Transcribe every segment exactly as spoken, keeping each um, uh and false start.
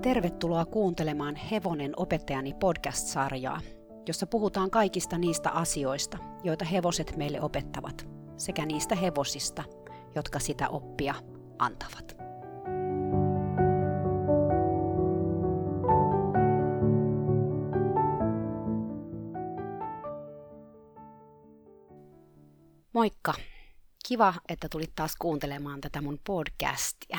Tervetuloa kuuntelemaan Hevonen opettajani podcast-sarjaa, jossa puhutaan kaikista niistä asioista, joita hevoset meille opettavat, sekä niistä hevosista, jotka sitä oppia antavat. Moikka! Kiva, että tulit taas kuuntelemaan tätä mun podcastia.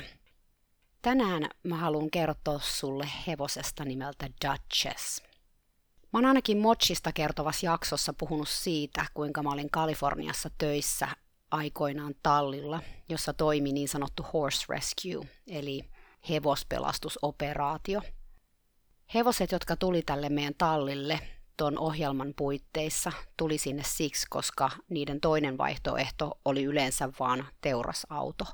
Tänään mä haluan kertoa sulle hevosesta nimeltä Duchess. Mä oon ainakin Mochista kertovassa jaksossa puhunut siitä, kuinka mä olin Kaliforniassa töissä aikoinaan tallilla, jossa toimi niin sanottu horse rescue, eli hevospelastusoperaatio. Hevoset, jotka tuli tälle meidän tallille ton ohjelman puitteissa, tuli sinne siksi, koska niiden toinen vaihtoehto oli yleensä vaan teurasauto.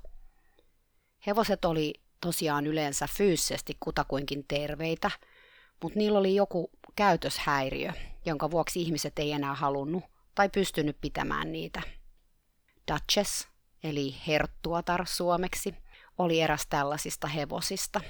Hevoset oli tosiaan yleensä fyysisesti kutakuinkin terveitä, mutta niillä oli joku käytöshäiriö, jonka vuoksi ihmiset ei enää halunnut tai pystynyt pitämään niitä. Duchess, eli herttuatar suomeksi, oli eräs tällaisista hevosista.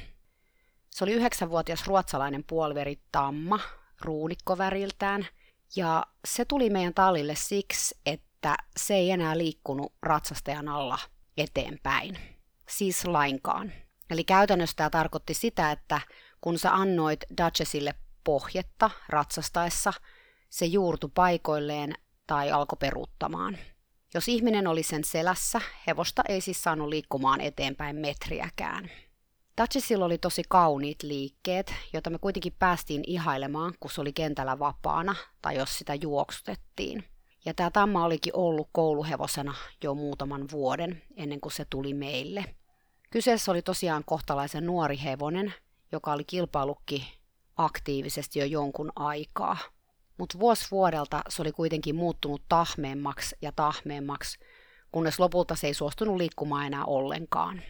Se oli yhdeksänvuotias ruotsalainen puoliveritamma, ruunikkoväriltään, ja se tuli meidän tallille siksi, että se ei enää liikkunut ratsastajan alla eteenpäin. Siis lainkaan. Eli käytännössä tämä tarkoitti sitä, että kun sä annoit Duchessille pohjetta ratsastaessa, se juurtui paikoilleen tai alkoi peruuttamaan. Jos ihminen oli sen selässä, hevosta ei siis saanut liikkumaan eteenpäin metriäkään. Duchessilla oli tosi kauniit liikkeet, joita me kuitenkin päästiin ihailemaan, kun se oli kentällä vapaana tai jos sitä juoksutettiin. Ja tämä tamma olikin ollut kouluhevosena jo muutaman vuoden ennen kuin se tuli meille. Kyseessä oli tosiaan kohtalaisen nuori hevonen, joka oli kilpailutkin aktiivisesti jo jonkun aikaa. Mutta vuosi vuodelta se oli kuitenkin muuttunut tahmeemmaksi ja tahmeemmaksi, kunnes lopulta se ei suostunut liikkumaan enää ollenkaan.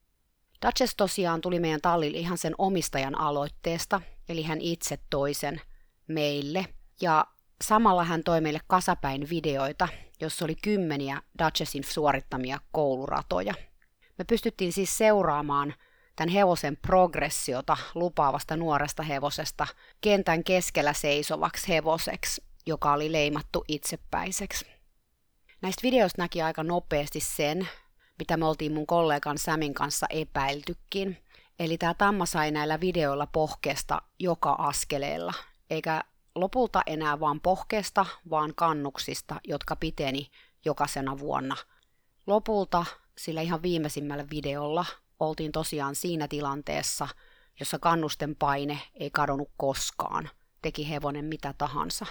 Duchess tosiaan tuli meidän tallille ihan sen omistajan aloitteesta, eli hän itse toi sen meille. Ja samalla hän toi meille kasapäin videoita, jossa oli kymmeniä Duchessin suorittamia kouluratoja. Me pystyttiin siis seuraamaan tämän hevosen progressiota lupaavasta nuoresta hevosesta kentän keskellä seisovaksi hevoseksi, joka oli leimattu itsepäiseksi. Näistä videoista näki aika nopeasti sen, mitä me oltiin mun kollegan Samin kanssa epäiltykin. Eli tämä tamma sai näillä videoilla pohkeesta joka askeleella, eikä lopulta enää vaan pohkeesta, vaan kannuksista, jotka piteni jokaisena vuonna. Lopulta sillä ihan viimeisimmällä videolla oltiin tosiaan siinä tilanteessa, jossa kannusten paine ei kadonnut koskaan, teki hevonen mitä tahansa.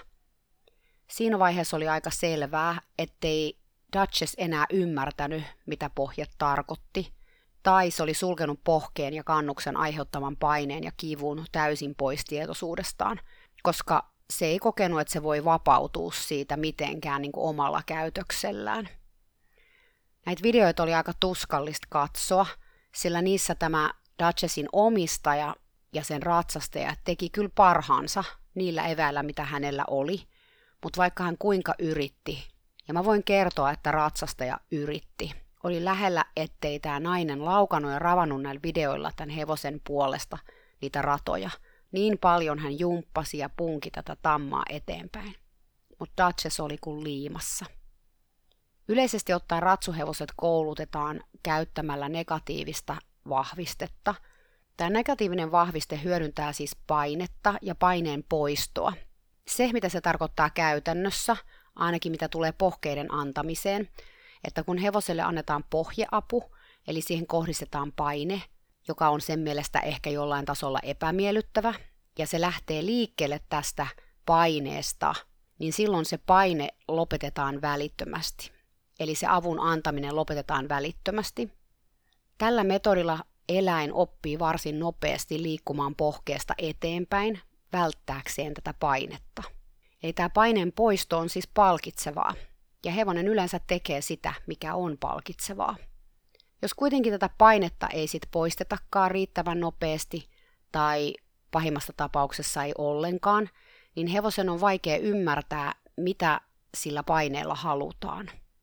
Siinä vaiheessa oli aika selvää, ettei Duchess enää ymmärtänyt, mitä pohje tarkoitti, tai se oli sulkenut pohkeen ja kannuksen aiheuttaman paineen ja kivun täysin pois tietoisuudestaan, koska se ei kokenut, että se voi vapautua siitä mitenkään niin kuin omalla käytöksellään. Näitä videoita oli aika tuskallista katsoa, sillä niissä tämä Duchessin omistaja ja sen ratsastaja teki kyllä parhaansa niillä eväillä, mitä hänellä oli, mutta vaikka hän kuinka yritti, ja mä voin kertoa, että ratsastaja yritti, oli lähellä, ettei tämä nainen laukannut ja ravannut näillä videoilla tämän hevosen puolesta niitä ratoja. Niin paljon hän jumppasi ja punki tätä tammaa eteenpäin, mutta Duchess oli kuin liimassa. Yleisesti ottaen ratsuhevoset koulutetaan käyttämällä negatiivista vahvistetta. Tämä negatiivinen vahviste hyödyntää siis painetta ja paineen poistoa. Se, mitä se tarkoittaa käytännössä, ainakin mitä tulee pohkeiden antamiseen, että kun hevoselle annetaan pohjeapu, eli siihen kohdistetaan paine, joka on sen mielestä ehkä jollain tasolla epämiellyttävä, ja se lähtee liikkeelle tästä paineesta, niin silloin se paine lopetetaan välittömästi. Eli se avun antaminen lopetetaan välittömästi. Tällä metodilla eläin oppii varsin nopeasti liikkumaan pohkeesta eteenpäin välttääkseen tätä painetta. Eli tämä paineen poisto on siis palkitsevaa, ja hevonen yleensä tekee sitä, mikä on palkitsevaa. Jos kuitenkin tätä painetta ei sit poistetakaan riittävän nopeasti, tai pahimmassa tapauksessa ei ollenkaan, niin hevosen on vaikea ymmärtää, mitä sillä paineella halutaan.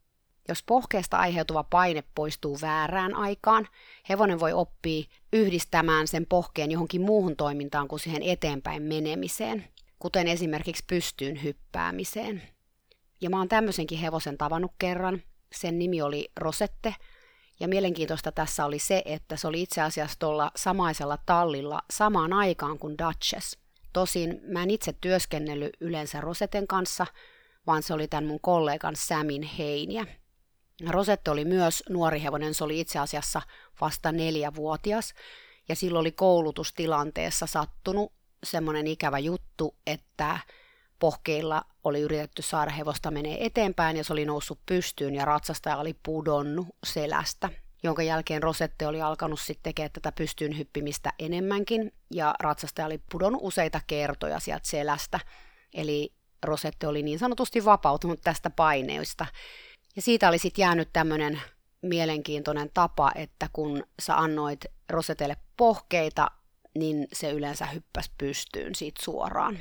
Jos pohkeesta aiheutuva paine poistuu väärään aikaan, hevonen voi oppia yhdistämään sen pohkeen johonkin muuhun toimintaan kuin siihen eteenpäin menemiseen, kuten esimerkiksi pystyyn hyppäämiseen. Ja mä oon tämmöisenkin hevosen tavannut kerran. Sen nimi oli Rosette, ja mielenkiintoista tässä oli se, että se oli itse asiassa tuolla samaisella tallilla samaan aikaan kuin Duchess. Tosin mä en itse työskennellyt yleensä Roseten kanssa, vaan se oli tämän mun kollegan Samin heiniä. Rosette oli myös nuori hevonen, se oli itse asiassa vasta neljävuotias, ja silloin oli koulutustilanteessa sattunut semmoinen ikävä juttu, että pohkeilla oli yritetty saada hevosta menee eteenpäin, ja se oli noussut pystyyn, ja ratsastaja oli pudonnut selästä, jonka jälkeen Rosette oli alkanut sitten tekemään tätä pystyyn hyppimistä enemmänkin, ja ratsastaja oli pudonnut useita kertoja sieltä selästä, eli Rosette oli niin sanotusti vapautunut tästä paineista. Ja siitä oli sitten jäänyt tämmöinen mielenkiintoinen tapa, että kun sä annoit Rosetelle pohkeita, niin se yleensä hyppäsi pystyyn siitä suoraan.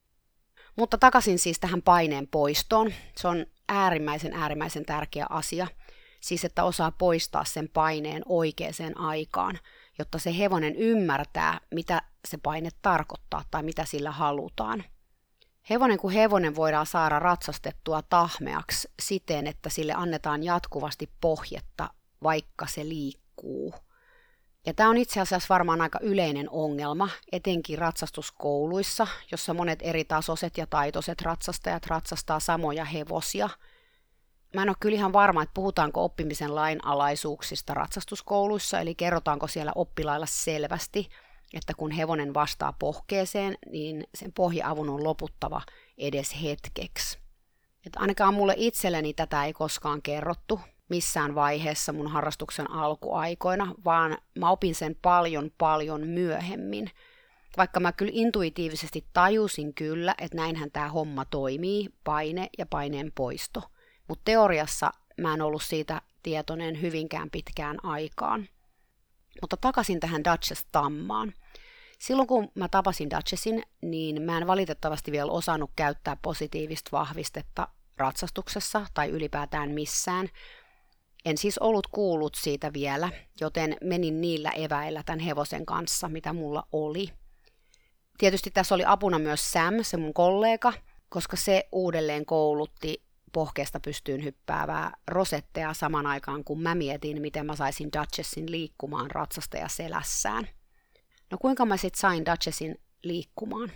Mutta takaisin siis tähän paineen poistoon. Se on äärimmäisen äärimmäisen tärkeä asia. Siis että osaa poistaa sen paineen oikeaan aikaan, jotta se hevonen ymmärtää, mitä se paine tarkoittaa tai mitä sillä halutaan. Hevonen kuin hevonen voidaan saada ratsastettua tahmeaksi siten, että sille annetaan jatkuvasti pohjetta, vaikka se liikkuu. Ja tämä on itse asiassa varmaan aika yleinen ongelma, etenkin ratsastuskouluissa, jossa monet eri tasoiset ja taitoiset ratsastajat ratsastaa samoja hevosia. Mä en ole kyllä ihan varma, että puhutaanko oppimisen lainalaisuuksista ratsastuskouluissa, eli kerrotaanko siellä oppilailla selvästi, että kun hevonen vastaa pohkeeseen, niin sen pohjaavun on loputtava edes hetkeksi. Et ainakaan mulle itselleni tätä ei koskaan kerrottu missään vaiheessa mun harrastuksen alkuaikoina, vaan mä opin sen paljon paljon myöhemmin. Vaikka mä kyllä intuitiivisesti tajusin kyllä, että näinhän tämä homma toimii, paine ja paineen poisto. Mutta teoriassa mä en ollut siitä tietoinen hyvinkään pitkään aikaan. Mutta takaisin tähän Duchess-tammaan. Silloin kun mä tapasin Duchessin, niin mä en valitettavasti vielä osannut käyttää positiivista vahvistetta ratsastuksessa tai ylipäätään missään. En siis ollut kuullut siitä vielä, joten menin niillä eväillä tämän hevosen kanssa, mitä mulla oli. Tietysti tässä oli apuna myös Sam, se mun kollega, koska se uudelleen koulutti pohkeesta pystyyn hyppäävää Rosettea saman aikaan, kun mä mietin, miten mä saisin Duchessin liikkumaan ratsastaja selässään. No kuinka mä sitten sain Duchessin liikkumaan?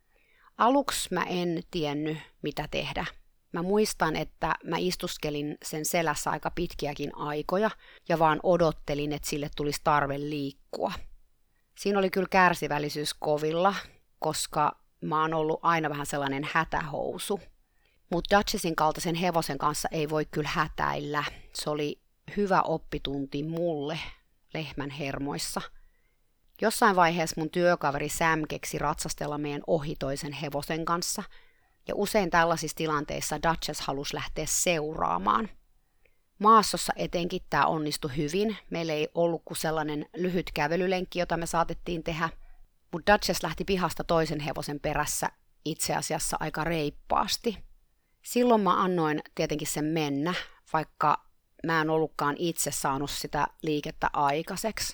Aluksi mä en tiennyt, mitä tehdä. Mä muistan, että mä istuskelin sen selässä aika pitkiäkin aikoja ja vaan odottelin, että sille tulisi tarve liikkua. Siinä oli kyllä kärsivällisyys kovilla, koska mä oon ollut aina vähän sellainen hätähousu. Mutta Duchessin kaltaisen hevosen kanssa ei voi kyllä hätäillä. Se oli hyvä oppitunti mulle lehmän hermoissa. Jossain vaiheessa mun työkaveri Sam keksi ratsastella meidän ohitoisen hevosen kanssa, ja usein tällaisissa tilanteissa Duchess halusi lähteä seuraamaan. Maassossa etenkin tämä onnistui hyvin. Meillä ei ollut kuin sellainen lyhyt kävelylenkki, jota me saatettiin tehdä, mutta Duchess lähti pihasta toisen hevosen perässä itse asiassa aika reippaasti. Silloin mä annoin tietenkin sen mennä, vaikka mä en ollutkaan itse saanut sitä liikettä aikaiseksi.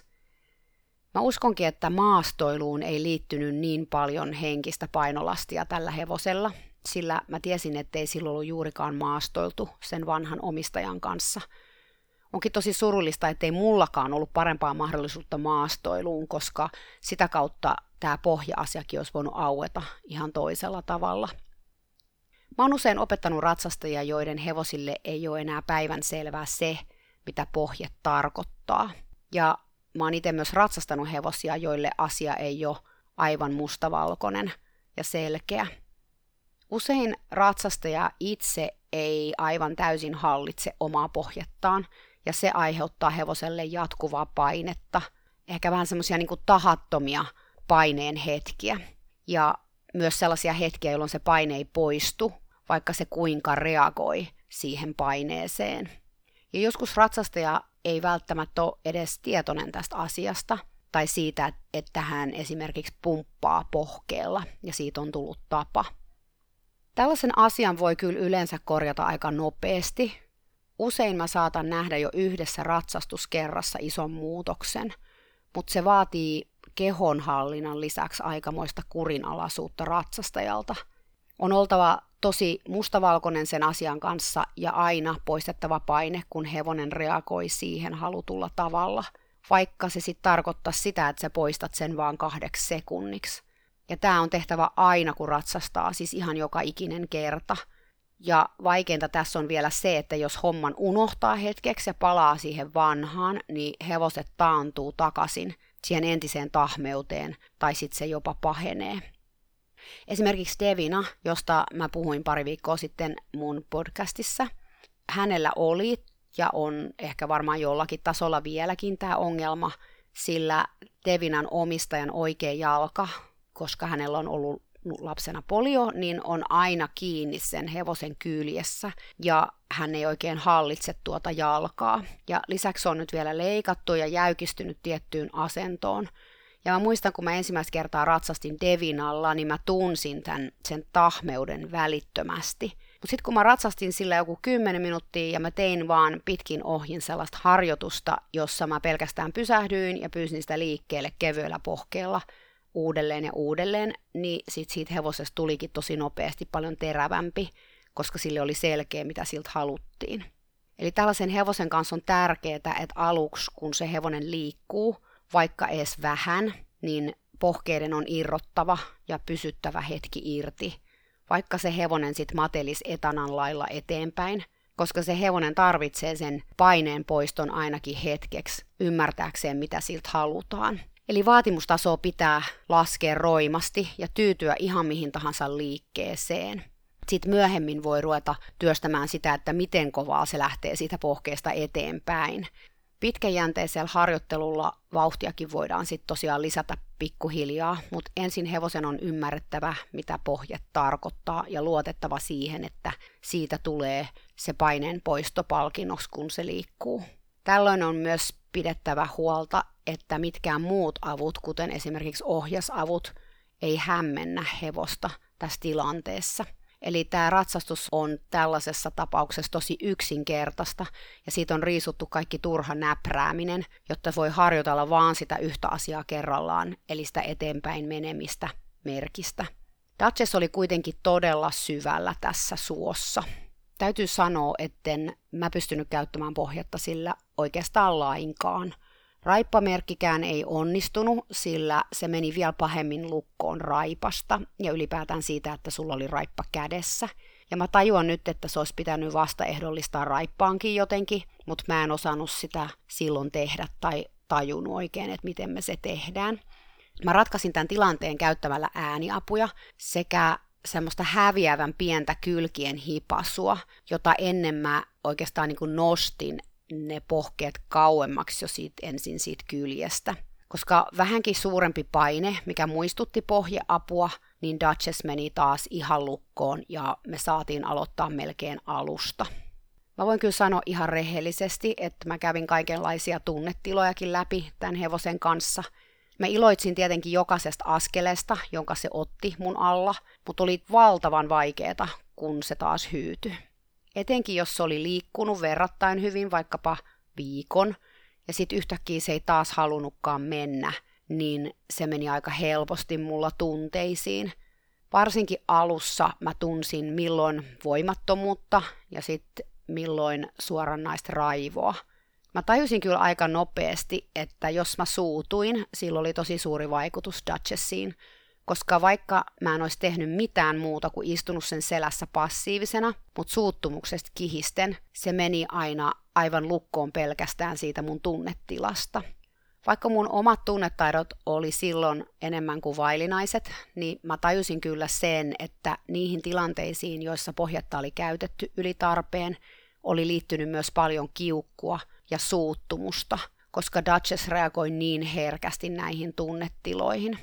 Mä uskonkin, että maastoiluun ei liittynyt niin paljon henkistä painolastia tällä hevosella, sillä mä tiesin, ettei silloin ollut juurikaan maastoiltu sen vanhan omistajan kanssa. Onkin tosi surullista, ettei mullakaan ollut parempaa mahdollisuutta maastoiluun, koska sitä kautta tämä pohja-asiakin olisi voinut aueta ihan toisella tavalla. Mä oon usein opettanut ratsastajia, joiden hevosille ei ole enää päivän selvää se, mitä pohje tarkoittaa. Ja mä oon itse myös ratsastanut hevosia, joille asia ei ole aivan mustavalkoinen ja selkeä. Usein ratsastaja itse ei aivan täysin hallitse omaa pohjettaan, ja se aiheuttaa hevoselle jatkuvaa painetta, ehkä vähän semmoisia niin kuin tahattomia paineen hetkiä. Ja myös sellaisia hetkiä, jolloin se paine ei poistu, vaikka se kuinka reagoi siihen paineeseen. Ja joskus ratsastaja ei välttämättä ole edes tietoinen tästä asiasta, tai siitä, että hän esimerkiksi pumppaa pohkeella, ja siitä on tullut tapa. Tällaisen asian voi kyllä yleensä korjata aika nopeasti, Usein mä saatan nähdä jo yhdessä ratsastuskerrassa ison muutoksen, mutta se vaatii kehonhallinnan lisäksi aikamoista kurinalaisuutta ratsastajalta. On oltava tosi mustavalkoinen sen asian kanssa ja aina poistettava paine, kun hevonen reagoi siihen halutulla tavalla, vaikka se sitten tarkoittaa sitä, että sä poistat sen vaan kahdeksi sekunniksi. Ja tämä on tehtävä aina, kun ratsastaa, siis ihan joka ikinen kerta. Ja vaikeinta tässä on vielä se, että jos homman unohtaa hetkeksi ja palaa siihen vanhaan, niin hevoset taantuu takaisin siihen entiseen tahmeuteen, tai sitten se jopa pahenee. Esimerkiksi Devina, josta mä puhuin pari viikkoa sitten mun podcastissa, hänellä oli ja on ehkä varmaan jollakin tasolla vieläkin tämä ongelma, sillä Devinan omistajan oikea jalka, koska hänellä on ollut lapsena polio, niin on aina kiinni sen hevosen kyljessä ja hän ei oikein hallitse tuota jalkaa. Ja lisäksi on nyt vielä leikattu ja jäykistynyt tiettyyn asentoon. Ja mä muistan, kun mä ensimmäistä kertaa ratsastin Devinalla, niin mä tunsin tämän, sen tahmeuden välittömästi. Mutta sitten kun mä ratsastin sillä joku kymmenen minuuttia ja mä tein vaan pitkin ohjin sellaista harjoitusta, jossa mä pelkästään pysähdyin ja pyysin sitä liikkeelle kevyellä pohkeella uudelleen ja uudelleen, niin sit siitä hevosesta tulikin tosi nopeasti paljon terävämpi, koska sille oli selkeä, mitä siltä haluttiin. Eli tällaisen hevosen kanssa on tärkeää, että aluksi kun se hevonen liikkuu, vaikka edes vähän, niin pohkeiden on irrottava ja pysyttävä hetki irti, vaikka se hevonen sitten matelisi etanan lailla eteenpäin, koska se hevonen tarvitsee sen paineen poiston ainakin hetkeksi ymmärtääkseen, mitä siltä halutaan. Eli vaatimustasoa pitää laskea roimasti ja tyytyä ihan mihin tahansa liikkeeseen. Sitten myöhemmin voi ruveta työstämään sitä, että miten kovaa se lähtee siitä pohkeesta eteenpäin. Pitkäjänteisellä harjoittelulla vauhtiakin voidaan sitten tosiaan lisätä pikkuhiljaa, mutta ensin hevosen on ymmärrettävä, mitä pohje tarkoittaa ja luotettava siihen, että siitä tulee se paineen poistopalkinnoksi, kun se liikkuu. Tällöin on myös pidettävä huolta, että mitkään muut avut, kuten esimerkiksi ohjasavut, ei hämmennä hevosta tässä tilanteessa. Eli tämä ratsastus on tällaisessa tapauksessa tosi yksinkertaista ja siitä on riisuttu kaikki turha näprääminen, jotta voi harjoitella vaan sitä yhtä asiaa kerrallaan, eli sitä eteenpäin menemistä merkistä. Duchess oli kuitenkin todella syvällä tässä suossa. Täytyy sanoa, etten mä pystynyt käyttämään pohjatta sillä oikeastaan lainkaan. Raippamerkkikään ei onnistunut, sillä se meni vielä pahemmin lukkoon raipasta ja ylipäätään siitä, että sulla oli raippa kädessä. Ja mä tajuan nyt, että se olisi pitänyt vasta ehdollistaa raippaankin jotenkin, mutta mä en osannut sitä silloin tehdä tai tajunnut oikein, että miten me se tehdään. Mä ratkaisin tämän tilanteen käyttämällä ääniapuja sekä semmoista häviävän pientä kylkien hipasua, jota ennen mä oikeastaan niin kuin nostin ne pohkeet kauemmaksi jo siitä, ensin siitä kyljestä. Koska vähänkin suurempi paine, mikä muistutti pohjeapua, niin Duchess meni taas ihan lukkoon ja me saatiin aloittaa melkein alusta. Mä voin kyllä sanoa ihan rehellisesti, että mä kävin kaikenlaisia tunnetilojakin läpi tämän hevosen kanssa. Mä iloitsin tietenkin jokaisesta askeleesta, jonka se otti mun alla, mutta oli valtavan vaikeeta, kun se taas hyytyi. Etenkin jos se oli liikkunut verrattain hyvin vaikkapa viikon, ja sitten yhtäkkiä se ei taas halunnutkaan mennä, niin se meni aika helposti mulla tunteisiin. Varsinkin alussa mä tunsin milloin voimattomuutta ja sitten milloin suoranaista raivoa. Mä tajusin kyllä aika nopeasti, että jos mä suutuin, sillä oli tosi suuri vaikutus Duchessiin, koska vaikka mä en olisi tehnyt mitään muuta kuin istunut sen selässä passiivisena, mutta suuttumuksesta kihisten, se meni aina aivan lukkoon pelkästään siitä mun tunnetilasta. Vaikka mun omat tunnetaidot oli silloin enemmän kuin vailinaiset, niin mä tajusin kyllä sen, että niihin tilanteisiin, joissa pohjatta oli käytetty yli tarpeen, oli liittynyt myös paljon kiukkua ja suuttumusta, koska Duchess reagoi niin herkästi näihin tunnetiloihin.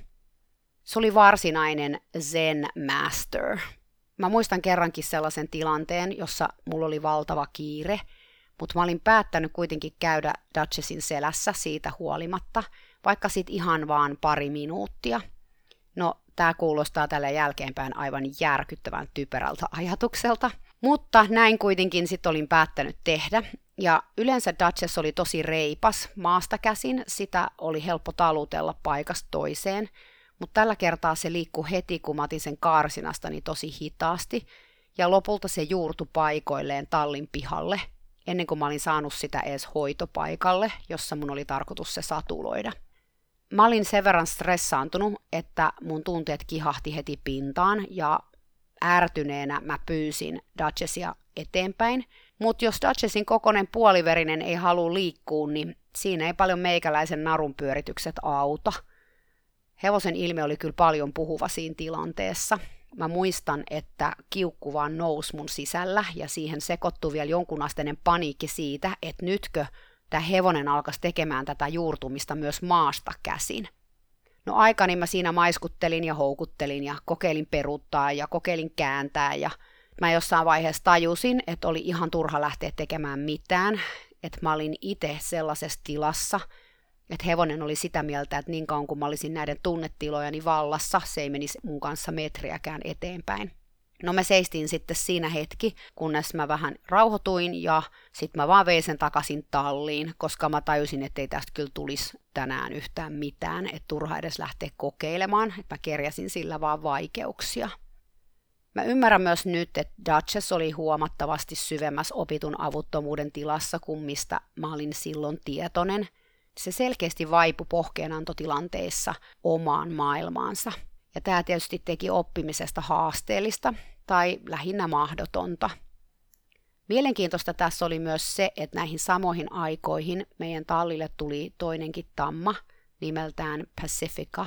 Se oli varsinainen Zen Master. Mä muistan kerrankin sellaisen tilanteen, jossa mulla oli valtava kiire, mutta mä olin päättänyt kuitenkin käydä Duchessin selässä siitä huolimatta, vaikka sit ihan vaan pari minuuttia. No, tää kuulostaa tällä jälkeenpäin aivan järkyttävän typerältä ajatukselta, Mutta näin kuitenkin sitten olin päättänyt tehdä. Ja yleensä Duchess oli tosi reipas maasta käsin, sitä oli helppo talutella paikasta toiseen, mutta tällä kertaa se liikkui heti, kun mä otin sen kaarsinastani tosi hitaasti, ja lopulta se juurtui paikoilleen tallin pihalle, ennen kuin mä olin saanut sitä edes hoitopaikalle, jossa mun oli tarkoitus se satuloida. Mä olin sen verran stressaantunut, että mun tunteet kihahti heti pintaan, ja ärtyneenä mä pyysin Duchessia eteenpäin, mutta jos Duchessin kokoinen puoliverinen ei halua liikkua, niin siinä ei paljon meikäläisen narun pyöritykset auta. Hevosen ilme oli kyllä paljon puhuva siinä tilanteessa. Mä muistan, että kiukku vaan nousi mun sisällä ja siihen sekoittui vielä jonkunasteinen paniikki siitä, että nytkö tämä hevonen alkaisi tekemään tätä juurtumista myös maasta käsin. No aikani mä siinä maiskuttelin ja houkuttelin ja kokeilin peruuttaa ja kokeilin kääntää ja mä jossain vaiheessa tajusin, että oli ihan turha lähteä tekemään mitään, että mä olin itse sellaisessa tilassa, että hevonen oli sitä mieltä, että niin kauan kun mä olisin näiden tunnetilojani vallassa, se ei menisi mun kanssa metriäkään eteenpäin. No mä seistin sitten siinä hetki, kunnes mä vähän rauhoituin ja sitten mä vaan vein sen takaisin talliin, koska mä tajusin, että ei tästä kyllä tulisi tänään yhtään mitään, että turha edes lähteä kokeilemaan, että mä kerjäsin sillä vaan vaikeuksia. Mä ymmärrän myös nyt, että Duchess oli huomattavasti syvemmässä opitun avuttomuuden tilassa kuin mistä mä olin silloin tietoinen. Se selkeästi vaipui pohkeenantotilanteissa omaan maailmaansa. Ja tämä tietysti teki oppimisesta haasteellista tai lähinnä mahdotonta. Mielenkiintoista tässä oli myös se, että näihin samoihin aikoihin meidän tallille tuli toinenkin tamma nimeltään Pacifica.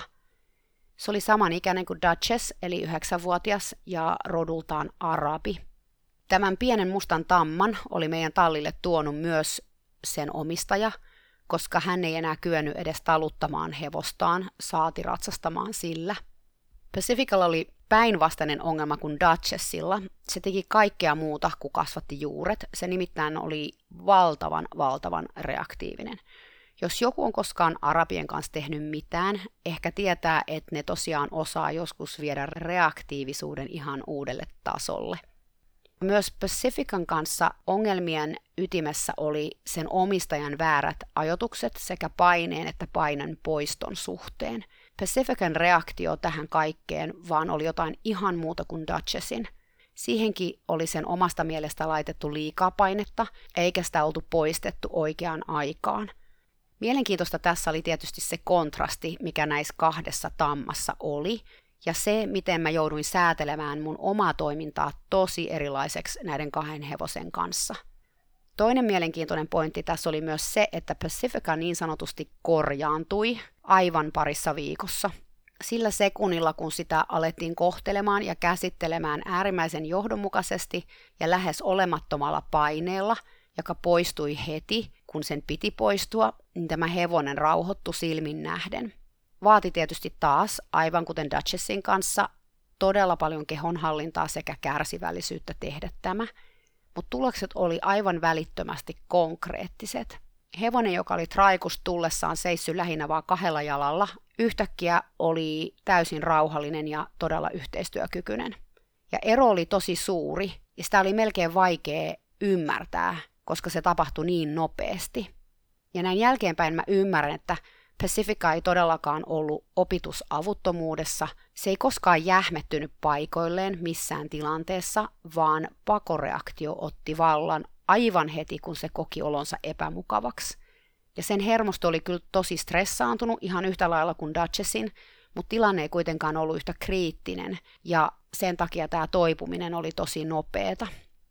Se oli samanikäinen kuin Duchess, eli yhdeksänvuotias ja rodultaan arabi. Tämän pienen mustan tamman oli meidän tallille tuonut myös sen omistaja, koska hän ei enää kyennyt edes taluttamaan hevostaan, saati ratsastamaan sillä. Pacificalla oli päinvastainen ongelma kuin Duchessilla. Se teki kaikkea muuta kuin kasvatti juuret. Se nimittäin oli valtavan, valtavan reaktiivinen. Jos joku on koskaan arabien kanssa tehnyt mitään, ehkä tietää, että ne tosiaan osaa joskus viedä reaktiivisuuden ihan uudelle tasolle. Myös Pacifican kanssa ongelmien ytimessä oli sen omistajan väärät ajoitukset sekä paineen että painon poiston suhteen. Pacifican reaktio tähän kaikkeen vaan oli jotain ihan muuta kuin Duchessin. Siihenkin oli sen omasta mielestä laitettu liikaa painetta, eikä sitä oltu poistettu oikeaan aikaan. Mielenkiintoista tässä oli tietysti se kontrasti, mikä näissä kahdessa tammassa oli, ja se, miten mä jouduin säätelemään mun omaa toimintaa tosi erilaiseksi näiden kahden hevosen kanssa. Toinen mielenkiintoinen pointti tässä oli myös se, että Pacifica niin sanotusti korjaantui aivan parissa viikossa. Sillä sekunnilla, kun sitä alettiin kohtelemaan ja käsittelemään äärimmäisen johdonmukaisesti ja lähes olemattomalla paineella, joka poistui heti, kun sen piti poistua, niin tämä hevonen rauhoittui silmin nähden. Vaati tietysti taas, aivan kuten Duchessin kanssa, todella paljon kehonhallintaa sekä kärsivällisyyttä tehdä tämä, mutta tulokset oli aivan välittömästi konkreettiset. Hevonen, joka oli traikus tullessaan seissyt lähinnä vaan kahdella jalalla, yhtäkkiä oli täysin rauhallinen ja todella yhteistyökykyinen. Ja ero oli tosi suuri, ja sitä oli melkein vaikea ymmärtää, koska se tapahtui niin nopeasti. Ja näin jälkeenpäin mä ymmärrän, että Pacifica ei todellakaan ollut opitusavuttomuudessa, se ei koskaan jähmettynyt paikoilleen missään tilanteessa, vaan pakoreaktio otti vallan aivan heti, kun se koki olonsa epämukavaksi. Ja sen hermosto oli kyllä tosi stressaantunut ihan yhtä lailla kuin Duchessin, mutta tilanne ei kuitenkaan ollut yhtä kriittinen, ja sen takia tämä toipuminen oli tosi nopeata.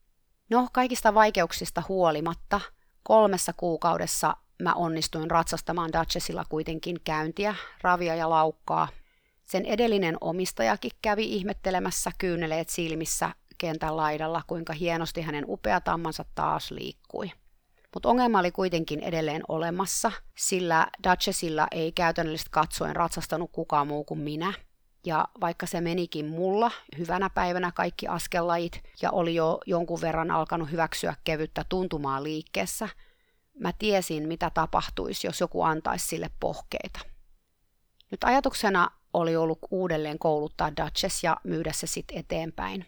No, kaikista vaikeuksista huolimatta, kolmessa kuukaudessa mä onnistuin ratsastamaan Duchessilla kuitenkin käyntiä, ravia ja laukkaa. Sen edellinen omistajakin kävi ihmettelemässä kyyneleet silmissä kentän laidalla, kuinka hienosti hänen upea tammansa taas liikkui. Mutta ongelma oli kuitenkin edelleen olemassa, sillä Duchessilla ei käytännöllisesti katsoen ratsastanut kukaan muu kuin minä. Ja vaikka se menikin mulla hyvänä päivänä kaikki askellajit ja oli jo jonkun verran alkanut hyväksyä kevyttä tuntumaa liikkeessä, mä tiesin, mitä tapahtuisi, jos joku antaisi sille pohkeita. Nyt ajatuksena oli ollut uudelleen kouluttaa Duchess ja myydä se sitten eteenpäin.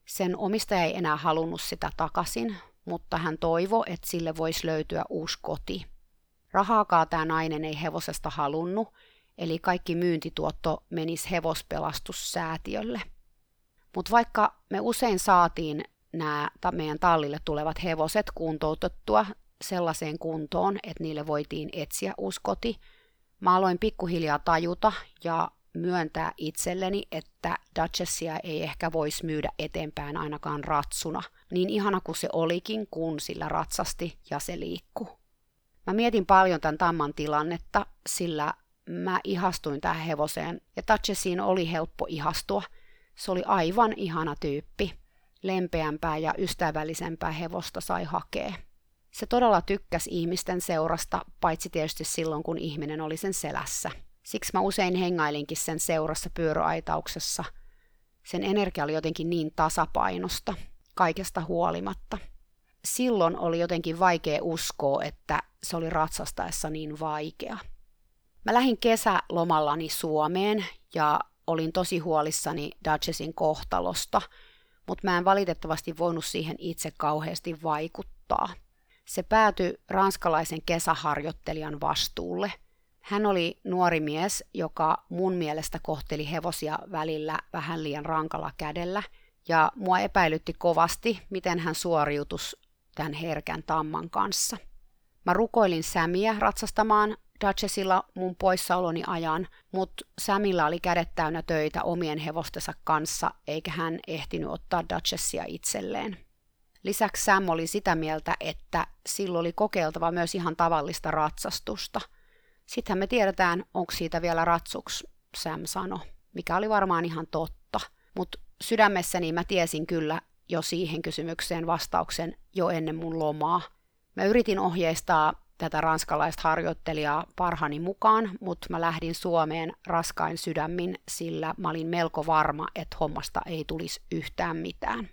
Sen omistaja ei enää halunnut sitä takaisin, mutta hän toivoi, että sille voisi löytyä uusi koti. Rahaakaan tämä nainen ei hevosesta halunnut, eli kaikki myyntituotto menisi hevospelastussäätiölle. Mutta vaikka me usein saatiin nämä meidän tallille tulevat hevoset kuntoutettua sellaiseen kuntoon, että niille voitiin etsiä uusi koti, mä aloin pikkuhiljaa tajuta ja myöntää itselleni, että Duchessia ei ehkä voisi myydä eteenpäin ainakaan ratsuna, niin ihana kuin se olikin, kun sillä ratsasti ja se liikkui. Mä mietin paljon tämän Tamman tilannetta, sillä mä ihastuin tähän hevoseen ja Duchessiin oli helppo ihastua. Se oli aivan ihana tyyppi. Lempeämpää ja ystävällisempää hevosta sai hakea. Se todella tykkäsi ihmisten seurasta, paitsi tietysti silloin, kun ihminen oli sen selässä. Siksi mä usein hengailinkin sen seurassa pyöröaitauksessa. Sen energia oli jotenkin niin tasapainosta, kaikesta huolimatta. Silloin oli jotenkin vaikea uskoa, että se oli ratsastaessa niin vaikea. Mä lähdin kesälomallani Suomeen ja olin tosi huolissani Duchessin kohtalosta, mutta mä en valitettavasti voinut siihen itse kauheasti vaikuttaa. Se päätyi ranskalaisen kesäharjoittelijan vastuulle. Hän oli nuori mies, joka mun mielestä kohteli hevosia välillä vähän liian rankalla kädellä, ja mua epäilytti kovasti, miten hän suoriutuisi tämän herkän Tamman kanssa. Mä rukoilin Samia ratsastamaan Duchessilla mun poissaoloni ajan, mutta Samilla oli kädet täynnä töitä omien hevostensa kanssa, eikä hän ehtinyt ottaa Duchessia itselleen. Lisäksi Sam oli sitä mieltä, että silloin oli kokeiltava myös ihan tavallista ratsastusta. Sittenhän me tiedetään, onko siitä vielä ratsuksi, Sam sanoi, mikä oli varmaan ihan totta. Mutta sydämessäni mä tiesin kyllä jo siihen kysymykseen vastauksen jo ennen mun lomaa. Mä yritin ohjeistaa tätä ranskalaista harjoittelijaa parhaani mukaan, mutta mä lähdin Suomeen raskain sydämin, sillä mä olin melko varma, että hommasta ei tulisi yhtään mitään.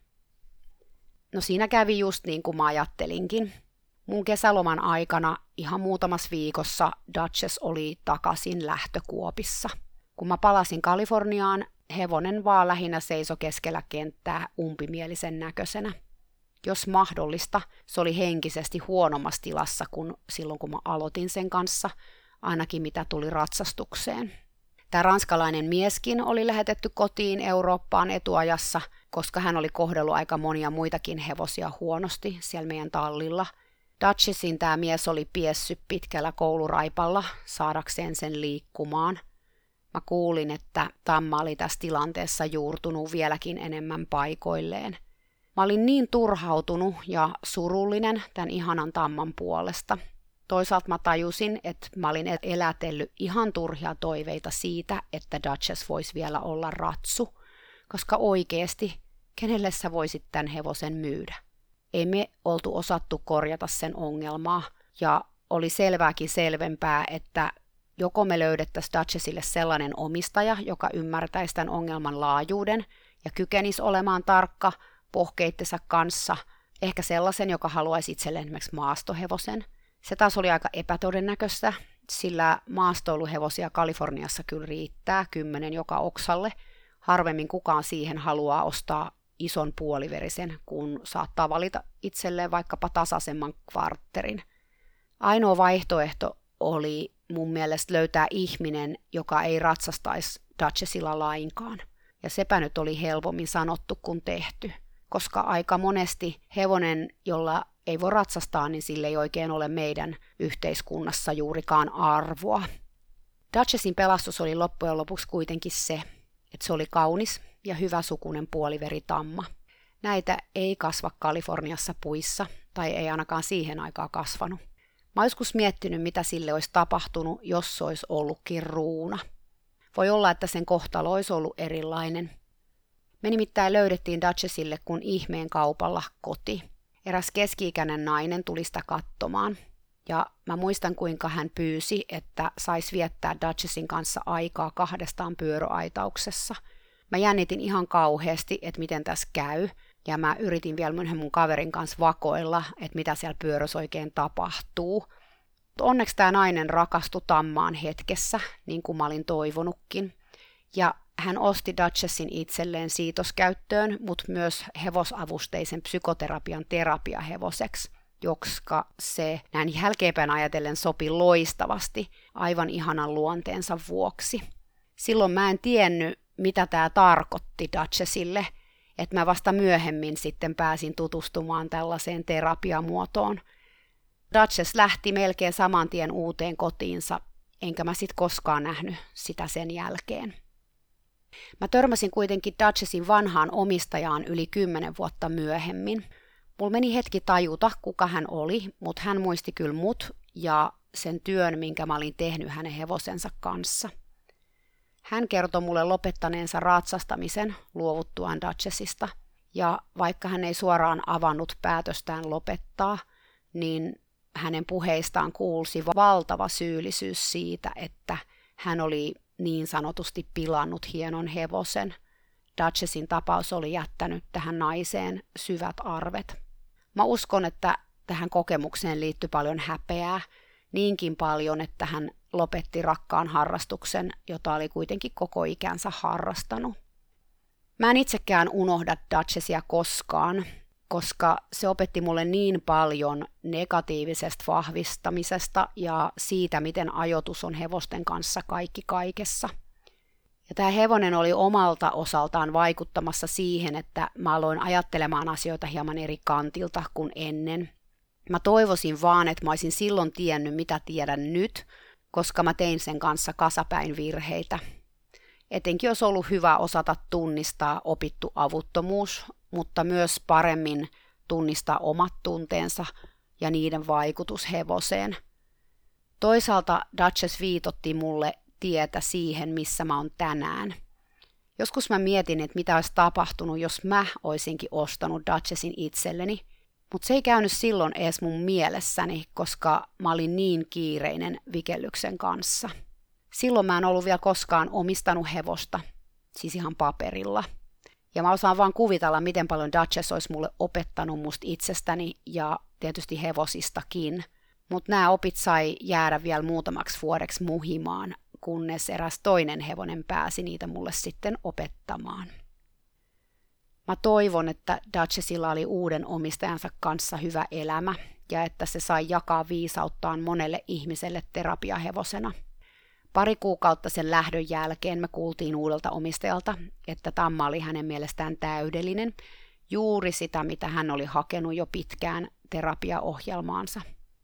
No siinä kävi just niin kuin mä ajattelinkin. Mun kesäloman aikana ihan muutamassa viikossa Duchess oli takaisin lähtökuopissa. Kun mä palasin Kaliforniaan, hevonen vaan lähinnä seisoi keskellä kenttää umpimielisen näköisenä. Jos mahdollista, se oli henkisesti huonommassa tilassa kuin silloin, kun mä aloitin sen kanssa, ainakin mitä tuli ratsastukseen. Tämä ranskalainen mieskin oli lähetetty kotiin Eurooppaan etuajassa, koska hän oli kohdellut aika monia muitakin hevosia huonosti siellä meidän tallilla. Duchessin tämä mies oli piessyt pitkällä kouluraipalla saadakseen sen liikkumaan. Mä kuulin, että Tamma oli tässä tilanteessa juurtunut vieläkin enemmän paikoilleen. Mä olin niin turhautunut ja surullinen tämän ihanan Tamman puolesta. Toisaalta mä tajusin, että mä olin elätellyt ihan turhia toiveita siitä, että Duchess voisi vielä olla ratsu, koska oikeasti kenelle sä voisit tämän hevosen myydä? Ei me oltu osattu korjata sen ongelmaa ja oli selvääkin selvempää, että joko me löydettäisiin Duchessille sellainen omistaja, joka ymmärtäisi tämän ongelman laajuuden ja kykenisi olemaan tarkka pohkeittensa kanssa, ehkä sellaisen, joka haluaisi itselleen esimerkiksi maastohevosen. Se taas oli aika epätodennäköistä, sillä maastoiluhevosia Kaliforniassa kyllä riittää kymmenen joka oksalle. Harvemmin kukaan siihen haluaa ostaa ison puoliverisen, kun saattaa valita itselleen vaikkapa tasaisemman kvartterin. Ainoa vaihtoehto oli mun mielestä löytää ihminen, joka ei ratsastaisi Duchessilla lainkaan. Ja sepä nyt oli helpommin sanottu kuin tehty, koska aika monesti hevonen, jolla ei voi ratsastaa, niin sille ei oikein ole meidän yhteiskunnassa juurikaan arvoa. Duchessin pelastus oli loppujen lopuksi kuitenkin se, että se oli kaunis ja hyväsukunen puoliveritamma. Näitä ei kasva Kaliforniassa puissa, tai ei ainakaan siihen aikaan kasvanut. Mä oon joskus miettinyt, mitä sille olisi tapahtunut, jos se olisi ollutkin ruuna. Voi olla, että sen kohtalo olisi ollut erilainen. Me nimittäin löydettiin Duchessille kun ihmeen kaupalla koti. Eräs keski-ikäinen nainen tuli sitä katsomaan. Ja mä muistan, kuinka hän pyysi, että saisi viettää Duchessin kanssa aikaa kahdestaan pyöröaitauksessa. Mä jännitin ihan kauheasti, että miten tässä käy. Ja mä yritin vielä mun kaverin kanssa vakoilla, että mitä siellä pyörössä oikein tapahtuu. Onneksi tämä nainen rakastui Tammaan hetkessä, niin kuin mä olin toivonutkin. Ja hän osti Duchessin itselleen siitoskäyttöön, mutta myös hevosavusteisen psykoterapian terapiahevoseksi, joska se näin jälkeenpäin ajatellen sopi loistavasti aivan ihanan luonteensa vuoksi. Silloin mä en tiennyt, mitä tämä tarkoitti Duchessille, että mä vasta myöhemmin sitten pääsin tutustumaan tällaiseen terapiamuotoon. Duchess lähti melkein saman tien uuteen kotiinsa, enkä mä sit koskaan nähnyt sitä sen jälkeen. Mä törmäsin kuitenkin Duchessin vanhaan omistajaan yli kymmenen vuotta myöhemmin. Mulla meni hetki tajuta, kuka hän oli, mutta hän muisti kyllä mut ja sen työn, minkä mä olin tehnyt hänen hevosensa kanssa. Hän kertoi mulle lopettaneensa ratsastamisen luovuttuaan Duchessista, ja vaikka hän ei suoraan avannut päätöstään lopettaa, niin hänen puheistaan kuulsi valtava syyllisyys siitä, että hän oli niin sanotusti pilannut hienon hevosen. Duchessin tapaus oli jättänyt tähän naiseen syvät arvet. Mä uskon, että tähän kokemukseen liittyi paljon häpeää, niinkin paljon, että hän lopetti rakkaan harrastuksen, jota oli kuitenkin koko ikänsä harrastanut. Mä en itsekään unohda Duchessia koskaan, koska se opetti mulle niin paljon negatiivisesta vahvistamisesta ja siitä, miten ajoitus on hevosten kanssa kaikki kaikessa. Ja tämä hevonen oli omalta osaltaan vaikuttamassa siihen, että mä aloin ajattelemaan asioita hieman eri kantilta kuin ennen. Mä toivoisin vaan, että mä olisin silloin tiennyt, mitä tiedän nyt, koska mä tein sen kanssa kasapäin virheitä. Etenkin olisi ollut hyvä osata tunnistaa opittu avuttomuus, mutta myös paremmin tunnistaa omat tunteensa ja niiden vaikutus hevoseen. Toisaalta Duchess viitotti mulle tietä siihen, missä mä oon tänään. Joskus mä mietin, että mitä olisi tapahtunut, jos mä olisinkin ostanut Duchessin itselleni, mutta se ei käynyt silloin edes mun mielessäni, koska mä olin niin kiireinen vikellyksen kanssa. Silloin mä en ollut vielä koskaan omistanut hevosta, siis ihan paperilla. Ja mä osaan vaan kuvitella, miten paljon Duchess olisi mulle opettanut musta itsestäni ja tietysti hevosistakin. Mutta nämä opit sai jäädä vielä muutamaksi vuodeksi muhimaan, kunnes eräs toinen hevonen pääsi niitä mulle sitten opettamaan. Mä toivon, että Duchessilla oli uuden omistajansa kanssa hyvä elämä ja että se sai jakaa viisauttaan monelle ihmiselle terapiahevosena. Pari kuukautta sen lähdön jälkeen me kuultiin uudelta omistajalta, että Tamma oli hänen mielestään täydellinen, juuri sitä mitä hän oli hakenut jo pitkään terapiaohjelmaansa.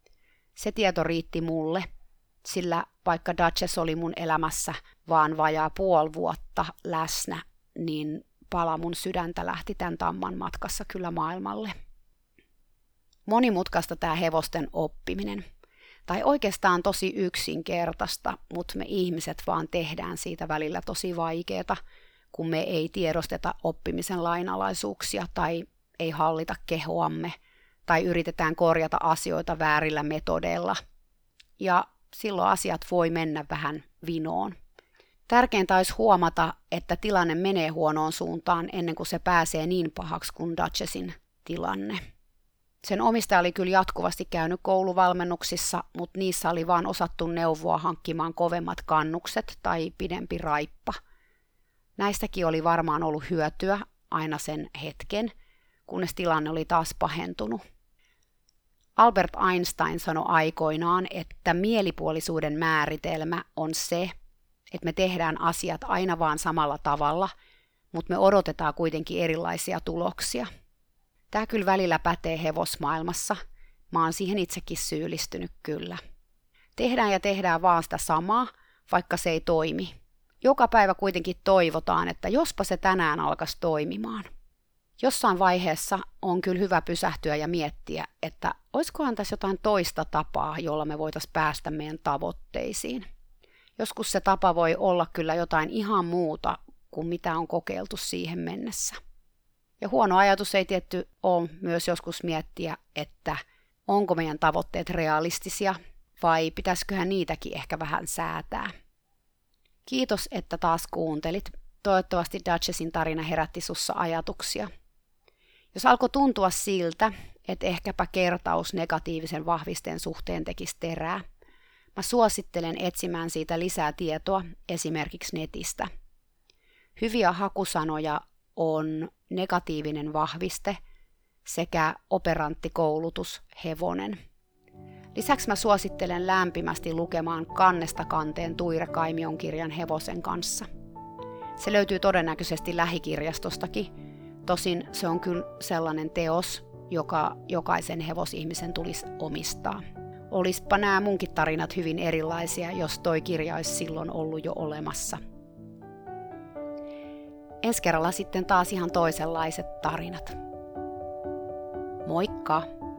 Se tieto riitti mulle, sillä vaikka Duchess oli mun elämässä vaan vajaa puoli vuotta läsnä, niin pala mun sydäntä lähti tämän Tamman matkassa kyllä maailmalle. Monimutkaista tämä hevosten oppiminen. Tai oikeastaan tosi yksinkertaista, mutta me ihmiset vaan tehdään siitä välillä tosi vaikeaa, kun me ei tiedosteta oppimisen lainalaisuuksia tai ei hallita kehoamme tai yritetään korjata asioita väärillä metodeilla. Ja silloin asiat voi mennä vähän vinoon. Tärkeintä olisi huomata, että tilanne menee huonoon suuntaan ennen kuin se pääsee niin pahaksi kuin Duchessin tilanne. Sen omistaja oli kyllä jatkuvasti käynyt kouluvalmennuksissa, mutta niissä oli vaan osattu neuvoa hankkimaan kovemmat kannukset tai pidempi raippa. Näistäkin oli varmaan ollut hyötyä aina sen hetken, kunnes tilanne oli taas pahentunut. Albert Einstein sanoi aikoinaan, että mielipuolisuuden määritelmä on se, että me tehdään asiat aina vaan samalla tavalla, mutta me odotetaan kuitenkin erilaisia tuloksia. Tämä kyllä välillä pätee hevosmaailmassa. Mä oon siihen itsekin syyllistynyt kyllä. Tehdään ja tehdään vaan sitä samaa, vaikka se ei toimi. Joka päivä kuitenkin toivotaan, että jospa se tänään alkaisi toimimaan. Jossain vaiheessa on kyllä hyvä pysähtyä ja miettiä, että olisikohan tässä jotain toista tapaa, jolla me voitaisiin päästä meidän tavoitteisiin. Joskus se tapa voi olla kyllä jotain ihan muuta kuin mitä on kokeiltu siihen mennessä. Ja huono ajatus ei tietty ole myös joskus miettiä, että onko meidän tavoitteet realistisia vai pitäisiköhän niitäkin ehkä vähän säätää. Kiitos, että taas kuuntelit. Toivottavasti Duchessin tarina herätti sussa ajatuksia. Jos alkoi tuntua siltä, että ehkäpä kertaus negatiivisen vahvisteen suhteen tekisi terää, mä suosittelen etsimään siitä lisää tietoa esimerkiksi netistä. Hyviä hakusanoja on negatiivinen vahviste sekä operantti koulutus hevonen. Lisäksi mä suosittelen lämpimästi lukemaan Kannesta kanteen Tuire Kaimion kirjan Hevosen kanssa. Se löytyy todennäköisesti lähikirjastostakin, tosin se on kyllä sellainen teos, joka jokaisen hevosihmisen tulisi omistaa. Olispa nämä munkin tarinat hyvin erilaisia, jos toi kirja olisi silloin ollut jo olemassa. Ensi kerralla sitten taas ihan toisenlaiset tarinat. Moikka!